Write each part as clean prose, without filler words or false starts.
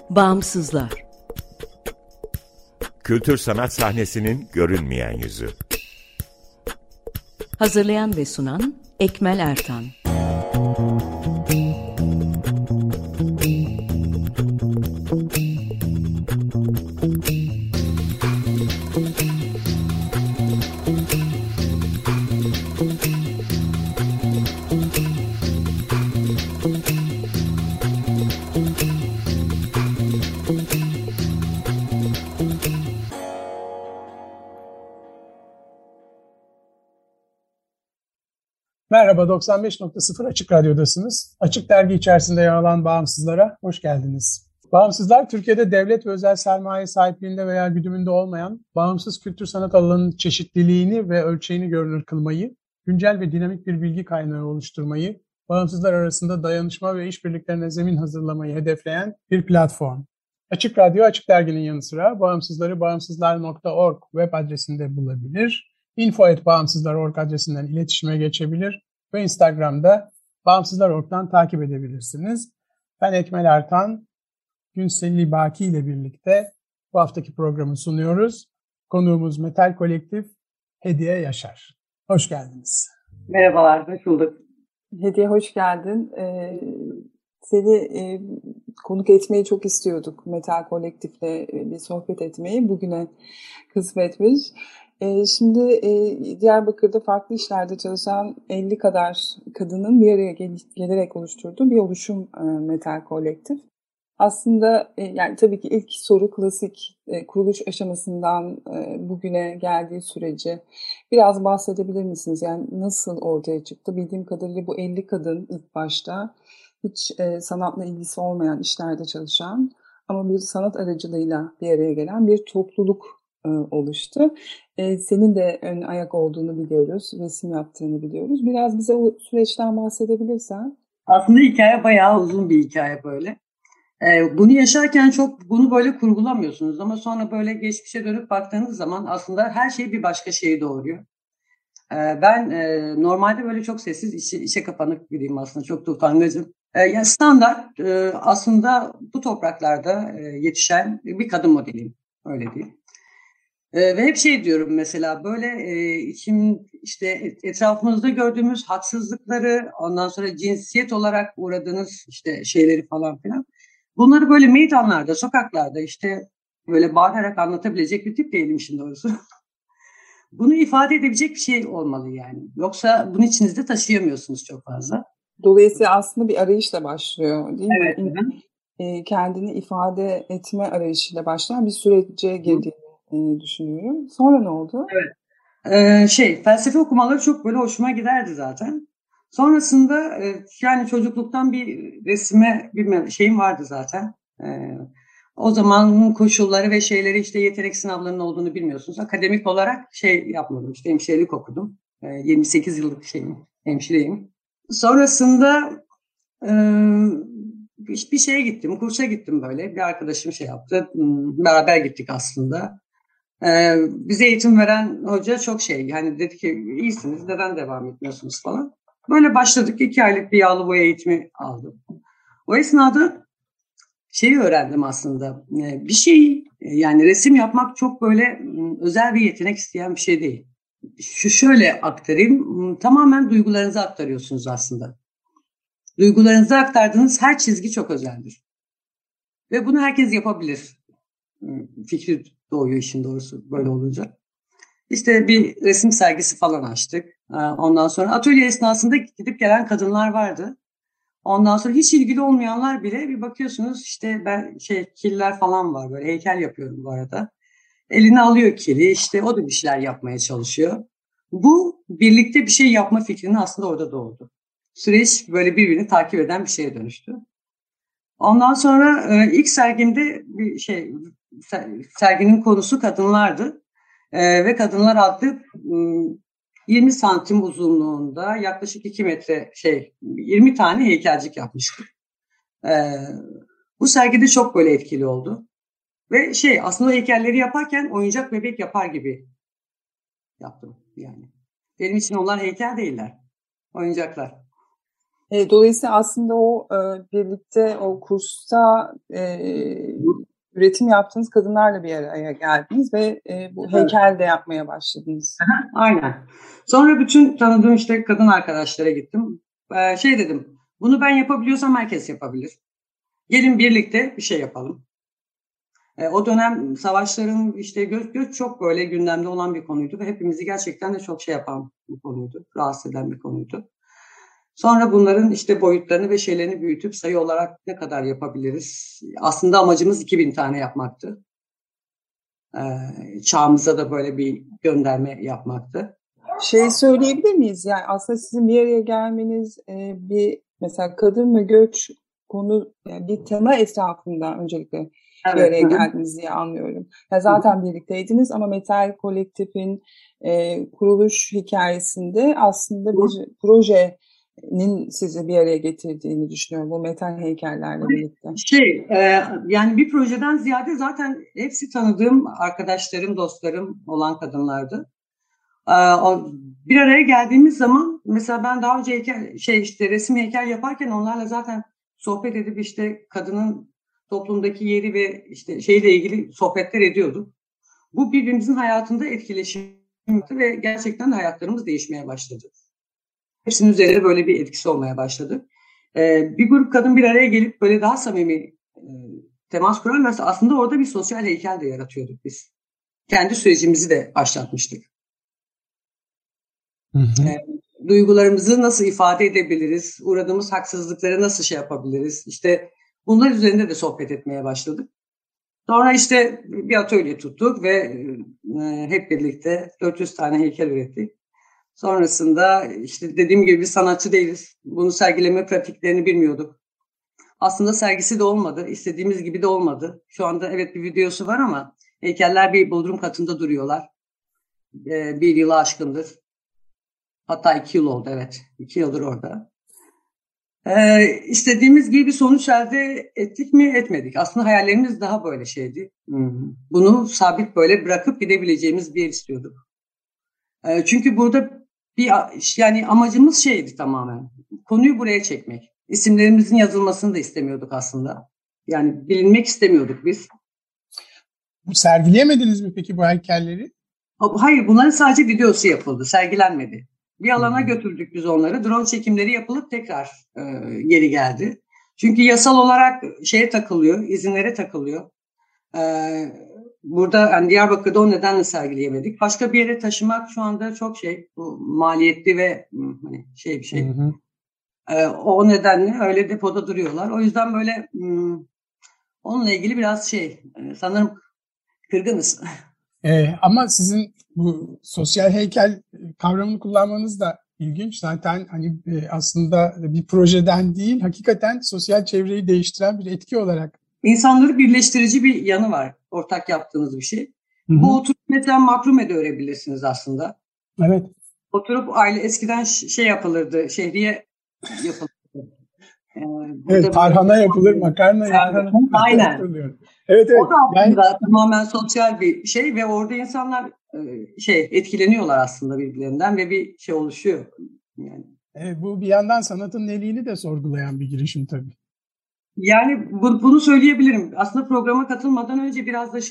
Bağımsızlar. Kültür sanat sahnesinin görünmeyen yüzü. Hazırlayan ve sunan Ekmel Ertan. Merhaba, 95.0 Açık Radyo'dasınız. Açık Dergi içerisinde yer alan Bağımsızlar'a hoş geldiniz. Bağımsızlar, Türkiye'de devlet ve özel sermaye sahipliğinde veya güdümünde olmayan bağımsız kültür sanat alanının çeşitliliğini ve ölçeğini görünür kılmayı, güncel ve dinamik bir bilgi kaynağı oluşturmayı, bağımsızlar arasında dayanışma ve işbirliklerine zemin hazırlamayı hedefleyen bir platform. Açık Radyo, Açık Dergi'nin yanı sıra bağımsızları bağımsızlar.org web adresinde bulabilir, info@bağımsızlar.org adresinden iletişime geçebilir ve Instagram'da Bağımsızlar.org'dan takip edebilirsiniz. Ben Ekmel Ertan, Günselli Baki ile birlikte bu haftaki programı sunuyoruz. Konuğumuz Metal Kolektif Hediye Yaşar. Hoş geldiniz. Merhabalar, hoş bulduk. Hediye hoş geldin. Seni konuk etmeyi çok istiyorduk. Metal Kolektif'le bir sohbet etmeyi bugüne kısmetmiş. Şimdi Diyarbakır'da farklı işlerde çalışan 50 kadar kadının bir araya gelerek oluşturduğu bir oluşum Metal Kolektif. Aslında yani tabii ki ilk soru klasik kuruluş aşamasından bugüne geldiği süreci biraz bahsedebilir misiniz? Yani nasıl ortaya çıktı? Bildiğim kadarıyla bu 50 kadın ilk başta hiç sanatla ilgisi olmayan işlerde çalışan ama bir sanat aracılığıyla bir araya gelen bir topluluk oluştu. Senin de ön ayak olduğunu biliyoruz, resim yaptığını biliyoruz. Biraz bize o süreçten bahsedebilirsen. Aslında hikaye bayağı uzun bir hikaye böyle. Bunu yaşarken çok bunu böyle kurgulamıyorsunuz ama sonra böyle geçmişe dönüp baktığınız zaman aslında her şey bir başka şeyi doğuruyor. Ben normalde böyle çok sessiz, işe kapanık biriyim aslında, çok da utangacım. Yani standart aslında bu topraklarda yetişen bir kadın modeliyim, öyle diyeyim. Ve hep şey diyorum mesela böyle şimdi işte etrafımızda gördüğümüz haksızlıkları, ondan sonra cinsiyet olarak uğradığınız işte şeyleri falan filan. Bunları böyle meydanlarda, sokaklarda işte böyle bağırarak anlatabilecek bir tip değilim şimdi doğrusu. Bunu ifade edebilecek bir şey olmalı yani. Yoksa bunu içinizde taşıyamıyorsunuz çok fazla. Dolayısıyla aslında bir arayışla başlıyor değil evet, mi? Kendini ifade etme arayışıyla başlayan bir sürece girdiğini düşünüyorum. Sonra ne oldu? Evet. Felsefe okumaları çok böyle hoşuma giderdi zaten. Sonrasında yani çocukluktan bir resime bir şeyim vardı zaten. O zaman koşulları ve şeyleri işte yetenek sınavlarının olduğunu bilmiyorsunuz. Akademik olarak yapmadım. İşte hemşirelik okudum. 28 yıllık hemşireyim. Sonrasında bir şeye gittim, kursa gittim böyle. Bir arkadaşım yaptı. Beraber gittik aslında. Bize eğitim veren hoca çok yani dedi ki iyisiniz, neden devam etmiyorsunuz falan. Böyle başladık. 2 aylık bir yağlı boya eğitimi aldım. O esnada öğrendim aslında. Bir şey yani resim yapmak çok böyle özel bir yetenek isteyen bir şey değil. Şöyle aktarayım. Tamamen duygularınızı aktarıyorsunuz aslında. Duygularınızı aktardığınız her çizgi çok özeldir. Ve bunu herkes yapabilir. Fikri doğuyor işin doğrusu böyle olunca. İşte bir resim sergisi falan açtık. Ondan sonra atölye esnasında gidip gelen kadınlar vardı. Ondan sonra hiç ilgili olmayanlar bile bir bakıyorsunuz işte ben killer falan var, böyle heykel yapıyorum bu arada. Eline alıyor kili, işte o da bir şeyler yapmaya çalışıyor. Bu birlikte bir şey yapma fikrinin aslında orada doğdu. Süreç böyle birbirini takip eden bir şeye dönüştü. Ondan sonra ilk sergimde bir serginin konusu kadınlardı. Ve kadınlar adlı 20 santim uzunluğunda yaklaşık 2 metre 20 tane heykelcik yapmıştık. Bu sergide çok böyle etkili oldu. Ve aslında o heykelleri yaparken oyuncak bebek yapar gibi yaptım yani. Benim için onlar heykel değiller. Oyuncaklar. Dolayısıyla aslında o birlikte o kursta üretim yaptığınız kadınlarla bir araya geldiniz ve bu heykel de yapmaya başladınız. Aynen. Sonra bütün tanıdığım işte kadın arkadaşlara gittim. Şey dedim, bunu ben yapabiliyorsam herkes yapabilir. Gelin birlikte bir şey yapalım. O dönem savaşların işte göç çok böyle gündemde olan bir konuydu ve hepimizi gerçekten de çok şey yapan bir konuydu, rahatsız eden bir konuydu. Sonra bunların işte boyutlarını ve şeylerini büyütüp sayı olarak ne kadar yapabiliriz? Aslında amacımız 2000 tane yapmaktı. Çağımıza da böyle bir gönderme yapmaktı. Söyleyebilir miyiz? Yani aslında sizin bir araya gelmeniz bir mesela kadın ve göç konu yani bir tema etrafında öncelikle bir araya geldiniz diye anlıyorum. Yani zaten birlikteydiniz ama Metal Kolektif'in kuruluş hikayesinde aslında bir projenin sizi bir araya getirdiğini düşünüyorum. Bu metal heykellerle birlikte. Yani bir projeden ziyade zaten hepsi tanıdığım arkadaşlarım, dostlarım olan kadınlardı. Bir araya geldiğimiz zaman mesela ben daha önce resim heykel yaparken onlarla zaten sohbet edip işte kadının toplumdaki yeri ve işte şeyle ilgili sohbetler ediyorduk. Bu birbirimizin hayatında etkileşim ve gerçekten de hayatlarımız değişmeye başladı. Hepsinin üzerinde böyle bir etkisi olmaya başladı. Bir grup kadın bir araya gelip böyle daha samimi temas kurarlarsa aslında orada bir sosyal heykel de yaratıyorduk biz. Kendi sürecimizi de başlatmıştık. Duygularımızı nasıl ifade edebiliriz? Uğradığımız haksızlıkları nasıl şey yapabiliriz? İşte bunlar üzerinde de sohbet etmeye başladık. Sonra işte bir atölye tuttuk ve hep birlikte 400 tane heykel ürettik. Sonrasında işte dediğim gibi biz sanatçı değiliz. Bunu sergileme pratiklerini bilmiyorduk. Aslında sergisi de olmadı. İstediğimiz gibi de olmadı. Şu anda evet bir videosu var ama heykeller bir bodrum katında duruyorlar. Bir yılı aşkındır. Hatta 2 yıl oldu, evet. 2 yıldır orada. İstediğimiz gibi bir sonuç elde ettik mi etmedik. Aslında hayallerimiz daha böyle şeydi. Bunu sabit böyle bırakıp gidebileceğimiz bir yer istiyorduk. Çünkü burada yani amacımız şeydi tamamen. Konuyu buraya çekmek. İsimlerimizin yazılmasını da istemiyorduk aslında. Yani bilinmek istemiyorduk biz. Sergileyemediniz mi peki bu heykelleri? Hayır, bunların sadece videosu yapıldı, sergilenmedi. Bir alana götürdük biz onları. Drone çekimleri yapılıp tekrar geri geldi. Çünkü yasal olarak şeye takılıyor, izinlere takılıyor. Burada yani Diyarbakır'da o nedenle sergileyemedik. Başka bir yere taşımak şu anda çok maliyetli ve hani bir şey. O nedenle öyle depoda duruyorlar. O yüzden böyle onunla ilgili biraz sanırım kırgınız. Ama sizin bu sosyal heykel kavramını kullanmanız da ilginç. Zaten hani aslında bir projeden değil, hakikaten sosyal çevreyi değiştiren bir etki olarak. İnsanları birleştirici bir yanı var. Ortak yaptığınız bir şey. Hı-hı. Bu oturup mesela makrume de örebilirsiniz aslında. Evet. Oturup aile eskiden yapılırdı, şehriye yapılırdı. Evet, tarhana yapılır, makarna yapılır. Aynen. Evet. O da aslında tamamen sosyal bir şey ve orada insanlar etkileniyorlar aslında birbirlerinden ve bir şey oluşuyor. Yani. Evet, bu bir yandan sanatın neliğini de sorgulayan bir girişim tabii. Yani bunu söyleyebilirim. Aslında programa katılmadan önce biraz da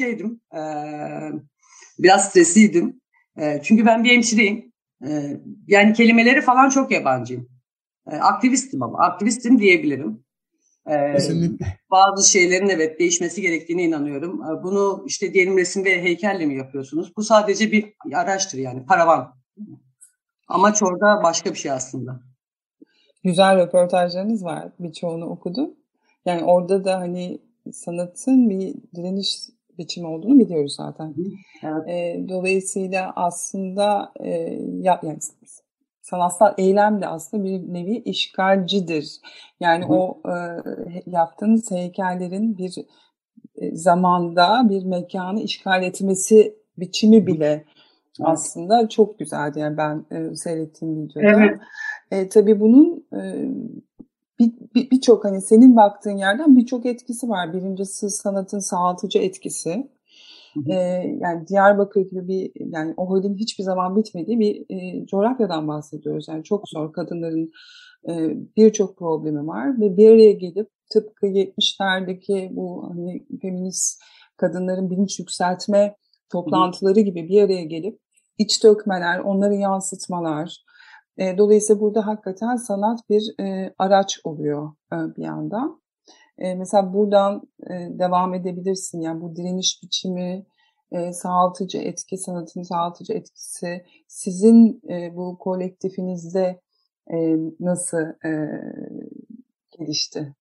biraz stresliydim. Çünkü ben bir hemşireyim. Yani kelimeleri falan çok yabancıyım. Aktivistim diyebilirim. Kesinlikle. Bazı şeylerin evet değişmesi gerektiğine inanıyorum. Bunu işte diyelim resim ve heykelle mi yapıyorsunuz? Bu sadece bir araçtır yani paravan. Amaç orada başka bir şey aslında. Güzel röportajlarınız var. Birçoğunu okudum. Yani orada da hani sanatın bir direniş biçimi olduğunu biliyoruz zaten. Evet. Dolayısıyla aslında yani sanatsal eylem de aslında bir nevi işgalcidir. Yani o yaptığınız heykellerin bir zamanda bir mekanı işgal etmesi biçimi bile aslında çok güzeldi. Yani ben seyrettiğim videoda. Evet. Tabii bunun birçok hani senin baktığın yerden birçok etkisi var. Birincisi sanatın sağaltıcı etkisi. Yani Diyarbakır gibi yani o halin hiçbir zaman bitmediği bir coğrafyadan bahsediyoruz. Yani çok zor kadınların birçok problemi var ve bir araya gelip tıpkı 70'lerdeki bu hani feminist kadınların bilinç yükseltme toplantıları gibi bir araya gelip iç dökmeler, onları yansıtmalar. Dolayısıyla burada hakikaten sanat bir araç oluyor bir yandan. Mesela buradan devam edebilirsin. Yani bu direniş biçimi, sağaltıcı etki, sanatın sağaltıcı etkisi sizin bu kolektifinizde nasıl gelişti?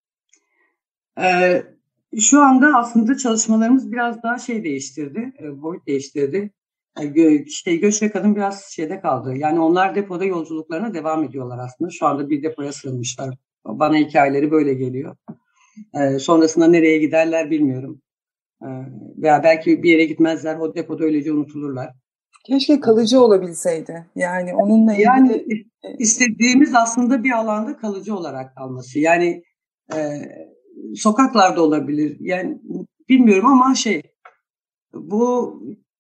Şu anda aslında çalışmalarımız biraz daha değiştirdi, boyut değiştirdi. Göç ve Kadın biraz şeyde kaldı. Yani onlar depoda yolculuklarına devam ediyorlar aslında. Şu anda bir depoya sığınmışlar. Bana hikayeleri böyle geliyor. Sonrasında nereye giderler bilmiyorum. Veya belki bir yere gitmezler. O depoda öylece unutulurlar. Keşke kalıcı olabilseydi. Yani onunla ilgili... Yani istediğimiz aslında bir alanda kalıcı olarak kalması. Yani sokaklarda olabilir. Yani bilmiyorum ama bu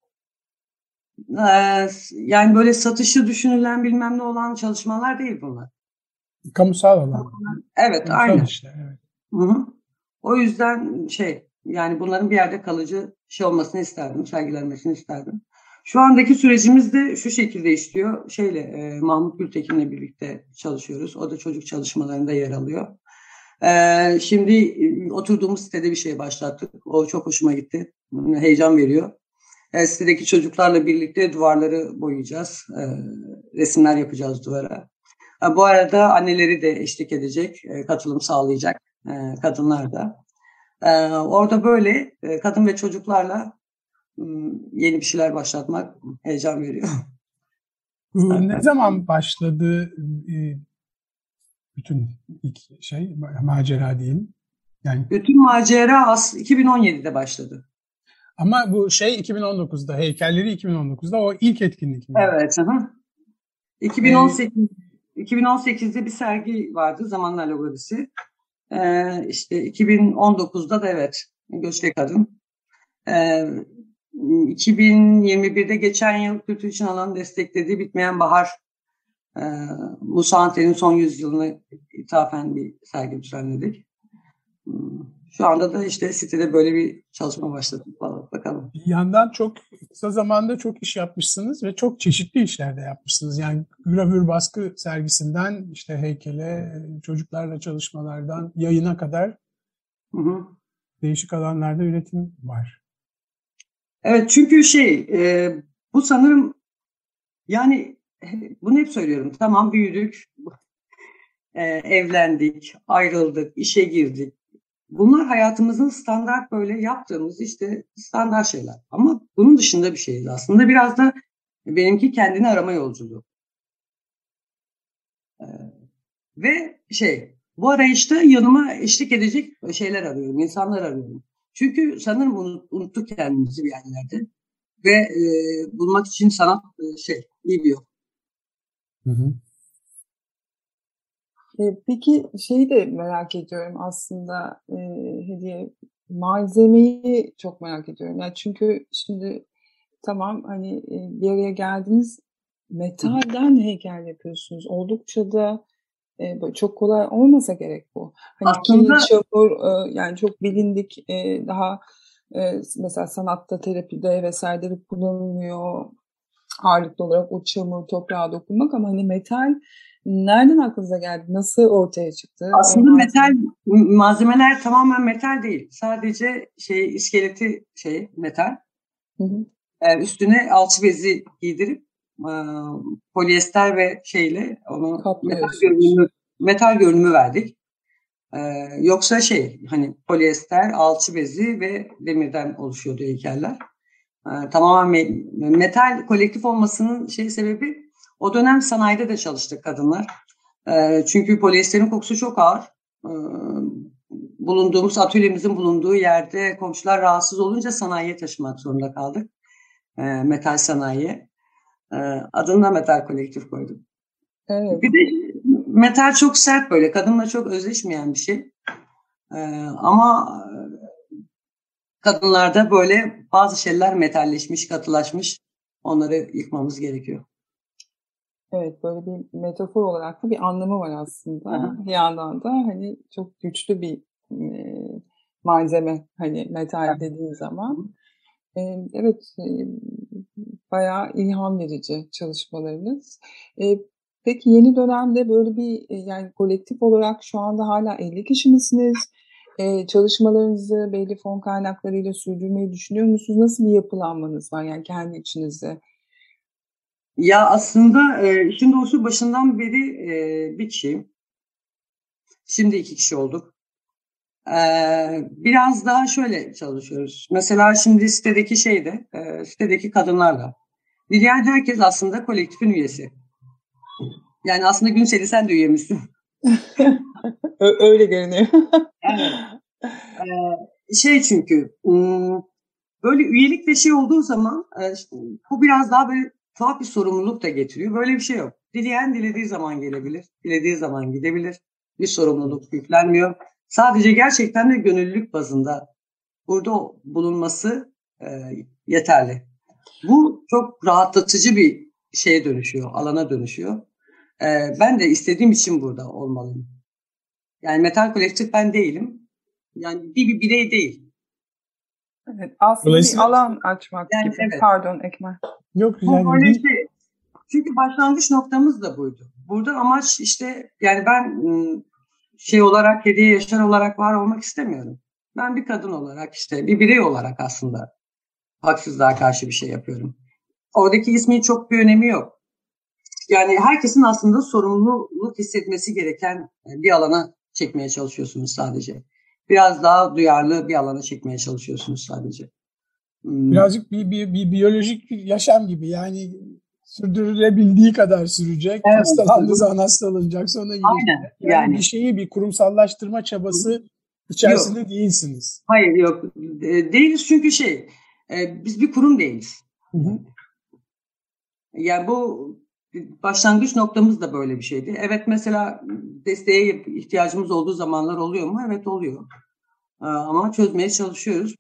yani böyle satışı düşünülen bilmem ne olan çalışmalar değil bunlar. Kamusal olan. Evet, kamusal aynen. işler, evet. Hı-hı. O yüzden yani bunların bir yerde kalıcı olmasını isterdim, sergilenmesini isterdim. Şu andaki sürecimiz de şu şekilde işliyor. Mahmut Gültekin'le birlikte çalışıyoruz. O da çocuk çalışmalarında yer alıyor. Şimdi oturduğumuz sitede bir şey başlattık. O çok hoşuma gitti. Heyecan veriyor. Sitedeki çocuklarla birlikte duvarları boyayacağız. Resimler yapacağız duvara. Bu arada anneleri de eşlik edecek, katılım sağlayacak kadınlar da. Orada böyle kadın ve çocuklarla yeni bir şeyler başlatmak heyecan veriyor. Ne zaman başladı bütün ilk macera diyelim? Yani bütün macera 2017'de başladı. ama bu 2019'da, heykelleri 2019'da o ilk etkinlik mi? Evet. 2018'de bir sergi vardı, Zamanlar Logorisi. 2019'da da evet, Göç ve Kadın. 2021'de geçen yıl Kültür İçin Alan'ın desteklediği Bitmeyen Bahar, Musa Anter'in son yüzyılına ithafen bir sergi düzenledik. Şu anda da sitede böyle bir çalışma başladık. Bakalım. Bir yandan çok kısa zamanda çok iş yapmışsınız ve çok çeşitli işler de yapmışsınız. Yani gravür baskı sergisinden heykele, çocuklarla çalışmalardan yayına kadar değişik alanlarda üretim var. Evet, çünkü bu sanırım, yani bunu hep söylüyorum. Tamam, büyüdük, evlendik, ayrıldık, işe girdik. Bunlar hayatımızın standart böyle yaptığımız standart şeyler. Ama bunun dışında bir şeydi aslında. Biraz da benimki kendini arama yolculuğu. Ve bu arayışta yanıma eşlik edecek şeyler arıyorum, insanlar arıyorum. Çünkü sanırım unuttuk kendimizi bir yerlerde. Ve bulmak için sanat iyi bir yol. Peki de merak ediyorum aslında Hediye, malzemeyi çok merak ediyorum. Yani çünkü şimdi tamam hani bir araya geldiniz, metalden heykel yapıyorsunuz. Oldukça da çok kolay olmasa gerek bu. Hani Aslında, çamur yani çok bilindik daha mesela sanatta, terapide vesairede kullanılmıyor ağırlıklı olarak o çamur, toprağa dokunmak, ama hani metal nereden aklınıza geldi? Nasıl ortaya çıktı? aslında malzemeler tamamen metal değil. Sadece iskeleti metal. Hı hı. Üstüne alçı bezi giydirip polyester ve onu metal görünümü verdik. Yoksa hani polyester, alçı bezi ve demirden oluşuyordu heykeller. Tamamen metal kolektif olmasının sebebi, o dönem sanayide de çalıştık kadınlar. Çünkü polyesterin kokusu çok ağır. Bulunduğumuz atölyemizin bulunduğu yerde komşular rahatsız olunca sanayiye taşımak zorunda kaldık. Metal sanayiye. Adını da metal kolektif koyduk. Evet. Bir de metal çok sert, böyle kadınla çok özleşmeyen bir şey. Ama kadınlarda böyle bazı şeyler metalleşmiş, katılaşmış. Onları yıkmamız gerekiyor. Evet, böyle bir metafor olarak da bir anlamı var aslında. Aha. Bir yandan da hani çok güçlü bir malzeme, hani metal dediğin zaman. Evet, bayağı ilham verici çalışmalarınız. Peki yeni dönemde böyle bir yani kolektif olarak şu anda hala 50 kişi misiniz? Çalışmalarınızı belli fon kaynaklarıyla sürdürmeyi düşünüyor musunuz? Nasıl bir yapılanmanız var yani kendi içinizde? Ya aslında işin doğrusu başından beri bir kişiyim. Şimdi 2 kişi olduk. Biraz daha şöyle çalışıyoruz. Mesela şimdi sitedeki sitedeki kadınlarla. Dileyen herkes aslında kolektifin üyesi. Yani aslında Günsel'i sen de üyemişsin. Öyle görünüyor. Evet. Çünkü böyle üyelikle olduğu zaman bu biraz daha böyle tuhaf bir sorumluluk da getiriyor. Böyle bir şey yok. Dileyen dilediği zaman gelebilir, dilediği zaman gidebilir. Bir sorumluluk yüklenmiyor. Sadece gerçekten de gönüllülük bazında burada bulunması yeterli. Bu çok rahatlatıcı bir şeye dönüşüyor, alana dönüşüyor. Ben de istediğim için burada olmalıyım. Yani metal kolektif ben değilim. Yani bir birey değil. Evet, aslında Dolayısıyla bir alan açmak Yani gibi. evet. Pardon Ekmel. yok Bu yani böyle çünkü başlangıç noktamız da buydu. Burada amaç yani ben olarak, hediye yaşar olarak var olmak istemiyorum. Ben bir kadın olarak bir birey olarak aslında haksızlığa karşı bir şey yapıyorum. Oradaki ismin çok bir önemi yok. Yani herkesin aslında sorumluluk hissetmesi gereken bir alana çekmeye çalışıyorsunuz sadece. Biraz daha duyarlı bir alana çekmeye çalışıyorsunuz sadece. birazcık bir biyolojik bir yaşam gibi, yani sürdürülebildiği kadar sürecek. Evet. Hastalandığı zaman hastalanacak, sonra Aynen. iyileşecek. Yani bir Yani şeyi bir kurumsallaştırma çabası yok. içerisinde değilsiniz. Hayır yok. Değiliz çünkü biz bir kurum değiliz. Hı hı. Yani bu başlangıç noktamız da böyle bir şeydi. Evet, mesela desteğe ihtiyacımız olduğu zamanlar oluyor mu? Evet, oluyor. Ama çözmeye çalışıyoruz.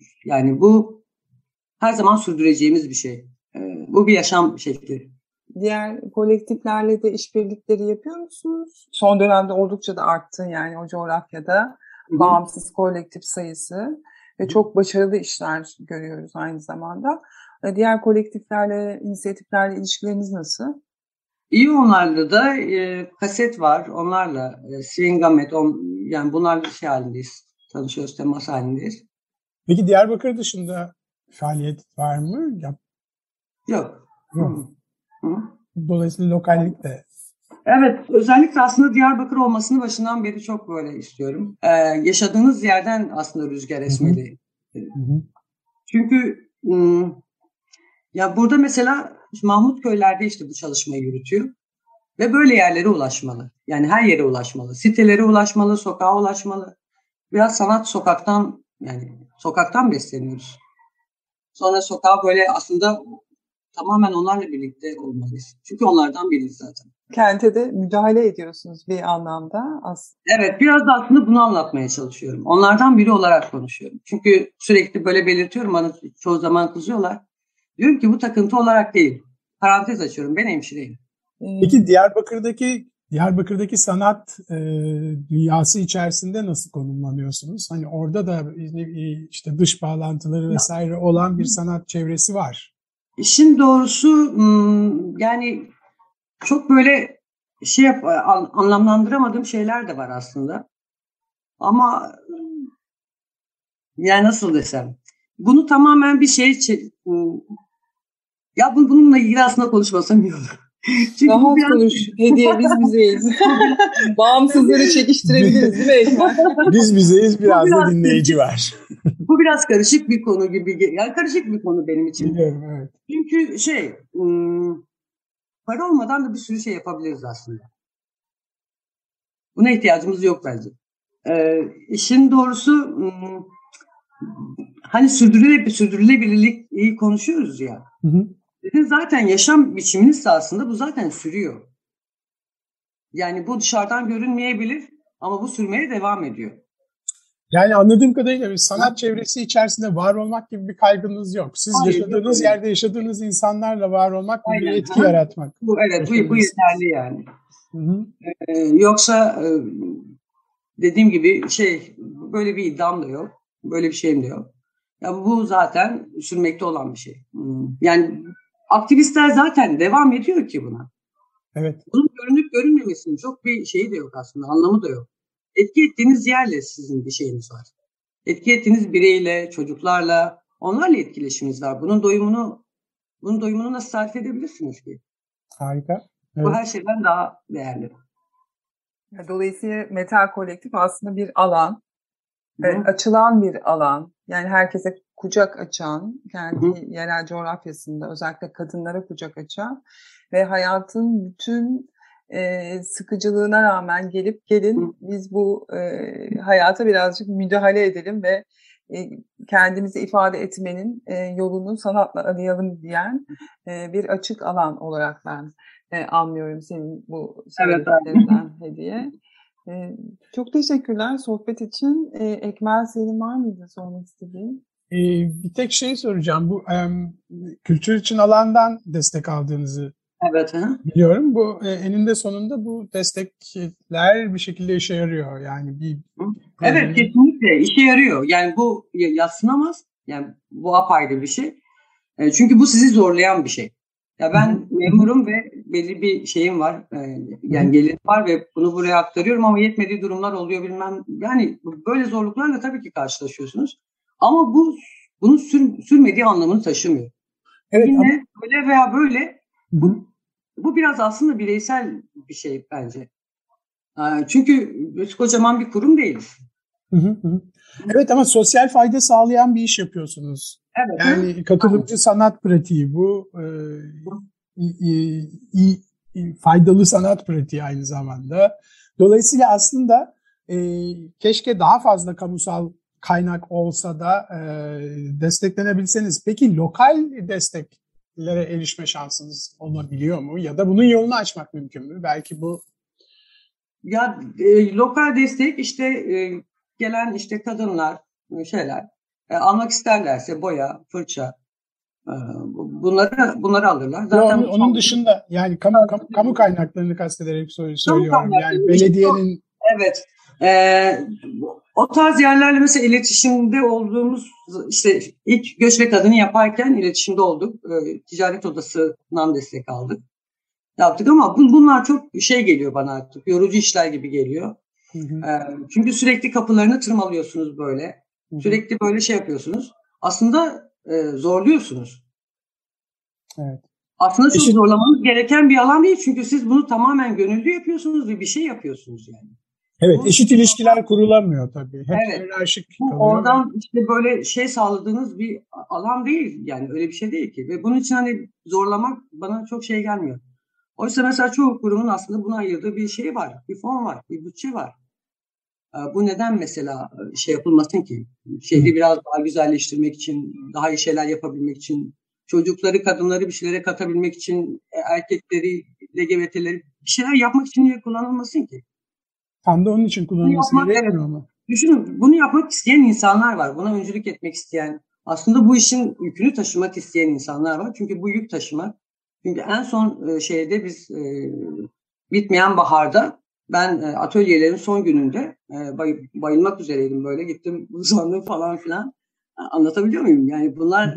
Bu her zaman sürdüreceğimiz bir şey. Bu bir yaşam şekli. Diğer kolektiflerle de işbirlikleri yapıyor musunuz? Son dönemde oldukça da arttı yani o coğrafyada bağımsız kolektif sayısı ve çok başarılı işler görüyoruz aynı zamanda. Diğer kolektiflerle, inisiyatiflerle ilişkileriniz nasıl? İyi, onlarla da kaset var. Onlarla Swingamet, yani bunlarla halindeyiz. Tanışıyoruz, temas halindeyiz. Peki Diyarbakır dışında faaliyet var mı? Yok. Yok. Hı. Dolayısıyla lokallik de. Evet, özellikle aslında Diyarbakır olmasını başından beri çok böyle istiyorum. Yaşadığınız yerden aslında rüzgar esmeli. Hı hı. Çünkü ya burada mesela Mahmutköylerde bu çalışmayı yürütüyor ve böyle yerlere ulaşmalı. Yani her yere ulaşmalı. Sitelere ulaşmalı, sokağa ulaşmalı. Biraz sanat sokaktan besleniyoruz. Sonra sokağa böyle aslında tamamen onlarla birlikte olmalıyız. Çünkü onlardan biriyiz zaten. Kente de müdahale ediyorsunuz bir anlamda aslında. Evet, biraz da aslında bunu anlatmaya çalışıyorum. Onlardan biri olarak konuşuyorum. Çünkü sürekli böyle belirtiyorum, bana çoğu zaman kızıyorlar. Diyorum ki bu takıntı olarak değil. Parantez açıyorum, ben hemşireyim. Peki Diyarbakır'daki sanat dünyası içerisinde nasıl konumlanıyorsunuz? Hani orada da işte dış bağlantıları vesaire olan bir sanat çevresi var. İşin doğrusu yani çok böyle anlamlandıramadığım şeyler de var aslında. Ama yani nasıl desem, bunu tamamen bununla ilgili aslında konuşmasam iyi olur. Çünkü Rahat konuş. Hediye biz bizeyiz. Bağımsızları çekiştirebiliriz değil mi Ekmel? Biz bizeyiz, biraz da dinleyici var. Bu biraz karışık bir konu gibi. Yani karışık bir konu benim için. Biliyorum, evet. Çünkü para olmadan da bir sürü şey yapabiliriz aslında. Buna ihtiyacımız yok bence. İşin doğrusu hani sürdürülebilirlik konuşuyoruz ya. Hı hı. Zaten yaşam biçiminiz aslında bu zaten sürüyor. Yani bu dışarıdan görünmeyebilir ama bu sürmeye devam ediyor. Yani anladığım kadarıyla bir sanat çevresi içerisinde var olmak gibi bir kaygınız yok. Siz Hayır, yaşadığınız yok. yerde yaşadığınız insanlarla var olmak ve bir Aynen. etki yaratmak. Evet, bu yeterli yani. Hı. Yoksa dediğim gibi böyle bir iddiam da yok. Böyle bir şeyim de yok. Ya bu zaten sürmekte olan bir şey. Yani aktivistler zaten devam ediyor ki buna. Evet. Bunun görünüp görünmemesinin çok bir şeyi de yok aslında, anlamı da yok. Etki ettiğiniz yerle sizin bir şeyiniz var. Etki ettiğiniz bireyle, çocuklarla, onlarla etkileşiminiz var. Bunun doyumunu nasıl tarif edebilirsiniz ki? Harika. Evet. Bu her şeyden daha değerli. Dolayısıyla Metal Kolektif aslında bir alan, açılan bir alan. Yani herkese kucak açan, kendi yerel coğrafyasında özellikle kadınlara kucak açan ve hayatın bütün sıkıcılığına rağmen gelin biz bu hayata birazcık müdahale edelim ve kendimizi ifade etmenin yolunu sanatla arayalım diyen bir açık alan olarak ben anlıyorum senin bu söylediklerinden Hediye. Çok teşekkürler sohbet için. Ekmel, senin var mıydı sormak istediğin? Bir tek şey soracağım. Bu kültür için alandan destek aldığınızı biliyorum. Bu eninde sonunda bu destekler bir şekilde işe yarıyor. Yani evet, kesinlikle işe yarıyor. Yani bu yadsınamaz. Yani bu apayrı bir şey. Çünkü bu sizi zorlayan bir şey. Ya ben memurum ve belli bir şeyim var. Yani gelirim var ve bunu buraya aktarıyorum ama yetmediği durumlar oluyor bilmem. Yani böyle zorluklarla tabii ki karşılaşıyorsunuz. Ama bunun sürmediği anlamını taşımıyor. Evet, yine ama böyle veya böyle bu biraz aslında bireysel bir şey bence. Çünkü biz kocaman bir kurum değiliz. Evet ama sosyal fayda sağlayan bir iş yapıyorsunuz. Evet, yani katılımcı sanat pratiği bu. Faydalı sanat pratiği aynı zamanda. Dolayısıyla aslında keşke daha fazla kamusal kaynak olsa da desteklenebilseniz. Peki lokal desteklere erişme şansınız olabiliyor mu? Ya da bunun yolunu açmak mümkün mü? Belki bu... Ya lokal destek gelen kadınlar almak isterlerse boya, fırça bunları alırlar. Zaten onun dışında yani kamu kaynaklarını kastederek söylüyorum. Yani belediyenin evet. O tarz yerlerle mesela iletişimde olduğumuz ilk Göç ve Kadını yaparken iletişimde olduk. Ticaret Odası'ndan destek aldık. Yaptık ama bunlar çok geliyor bana artık. Yorucu işler gibi geliyor. Çünkü sürekli kapılarını tırmalıyorsunuz böyle. Sürekli böyle yapıyorsunuz. Aslında zorluyorsunuz. Evet. Aslında çok zorlamanız gereken bir alan değil. Çünkü siz bunu tamamen gönüllü yapıyorsunuz ve bir şey yapıyorsunuz yani. Evet, eşit ilişkiler kurulamıyor tabii. Hep hiyerarşik kalıyor. Oradan böyle sağladığınız bir alan değil. Yani öyle bir şey değil ki. Ve bunun için zorlamak bana çok gelmiyor. Oysa mesela çoğu kurumun aslında buna ayırdığı bir şey var. Bir fon var, bir bütçe var. Bu neden mesela yapılmasın ki? Şehri biraz daha güzelleştirmek için, daha iyi şeyler yapabilmek için, çocukları, kadınları bir şeylere katabilmek için, erkekleri, LGBT'leri bir şeyler yapmak için niye kullanılmasın ki? Tam da onun için kullanılması gerekmiyor mu? Düşünün, bunu yapmak isteyen insanlar var. Buna öncülük etmek isteyen, aslında bu işin yükünü taşımak isteyen insanlar var. Çünkü bu yük taşımak. Çünkü en son biz bitmeyen baharda ben atölyelerin son gününde bayılmak üzereydim böyle. Gittim uzandım falan filan. Anlatabiliyor muyum? Yani bunlar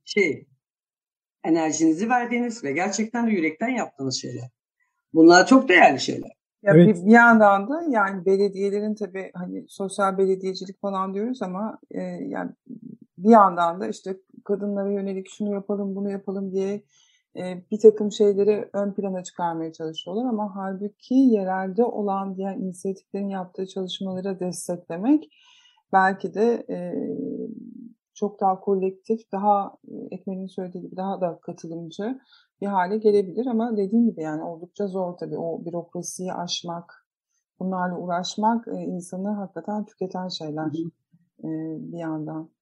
enerjinizi verdiğiniz ve gerçekten de yürekten yaptığınız şeyler. Bunlar çok değerli şeyler. Ya evet. Bir yandan da yani belediyelerin tabii sosyal belediyecilik falan diyoruz ama yani bir yandan da kadınlara yönelik şunu yapalım bunu yapalım diye bir takım şeyleri ön plana çıkarmaya çalışıyorlar ama halbuki yerelde olan diğer inisiyatiflerin yaptığı çalışmaları desteklemek belki de çok daha kolektif, daha Ekmel'in söylediği gibi daha da katılımcı bir hale gelebilir ama dediğim gibi yani oldukça zor tabii o bürokrasiyi aşmak, bunlarla uğraşmak insanı hakikaten tüketen şeyler bir yandan.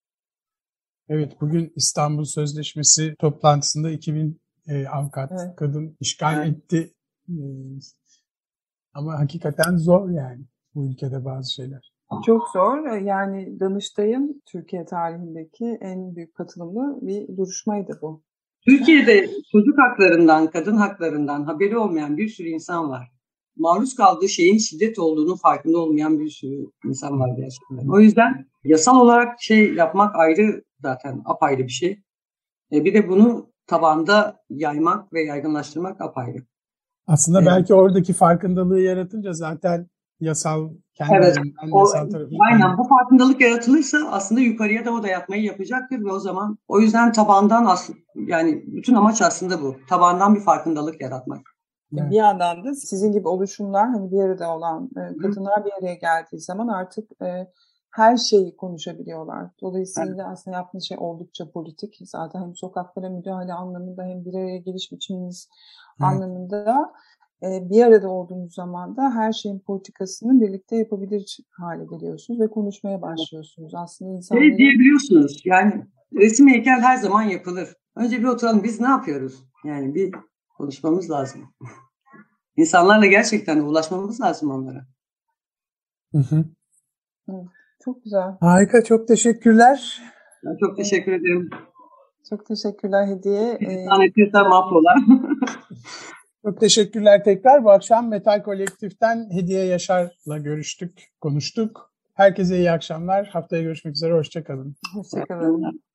Evet, bugün İstanbul Sözleşmesi toplantısında 2000 avukat kadın işgal etti. Ama hakikaten zor yani bu ülkede bazı şeyler. Çok zor. Yani Danıştay'ın Türkiye tarihindeki en büyük katılımlı bir duruşmaydı bu. Türkiye'de çocuk haklarından, kadın haklarından haberi olmayan bir sürü insan var. Maruz kaldığı şeyin şiddet olduğunu farkında olmayan bir sürü insan var gerçekten. O yüzden yasal olarak şey yapmak ayrı, zaten apayrı bir şey. Bir de bunu tabanda yaymak ve yaygınlaştırmak apayrı. Aslında Evet. belki oradaki farkındalığı yaratınca zaten yasal kendiliğinden yasal tarafı. Aynen, bu farkındalık yaratılırsa aslında yukarıya da o dayatmayı yapacaktır ve o zaman o yüzden tabandan yani bütün amaç aslında bu. Tabandan bir farkındalık yaratmak. Evet. Bir yandan da sizin gibi oluşumlar, hani bir arada olan kadınlar bir araya geldiği zaman artık her şeyi konuşabiliyorlar. Dolayısıyla aslında yaptığınız şey oldukça politik. Zaten hem sokaklara müdahale anlamında hem bir araya geliş biçiminiz anlamında bir arada olduğunuz zaman da her şeyin politikasını birlikte yapabilir hale geliyorsunuz ve konuşmaya başlıyorsunuz. Aslında insanların... diyebiliyorsunuz. Yani resim heykel her zaman yapılır. Önce bir oturalım, biz ne yapıyoruz? Yani bir konuşmamız lazım. İnsanlarla gerçekten de ulaşmamız lazım onlara. Hı. Evet, çok güzel. Harika, çok teşekkürler. Ben çok teşekkür ederim. Çok teşekkürler Hediye. Sanatçılar mahvolar. Çok teşekkürler tekrar. Bu akşam Metal Kolektif'ten Hediye Yaşar'la konuştuk. Herkese iyi akşamlar. Haftaya görüşmek üzere. Hoşça kalın. Hoşça kalın.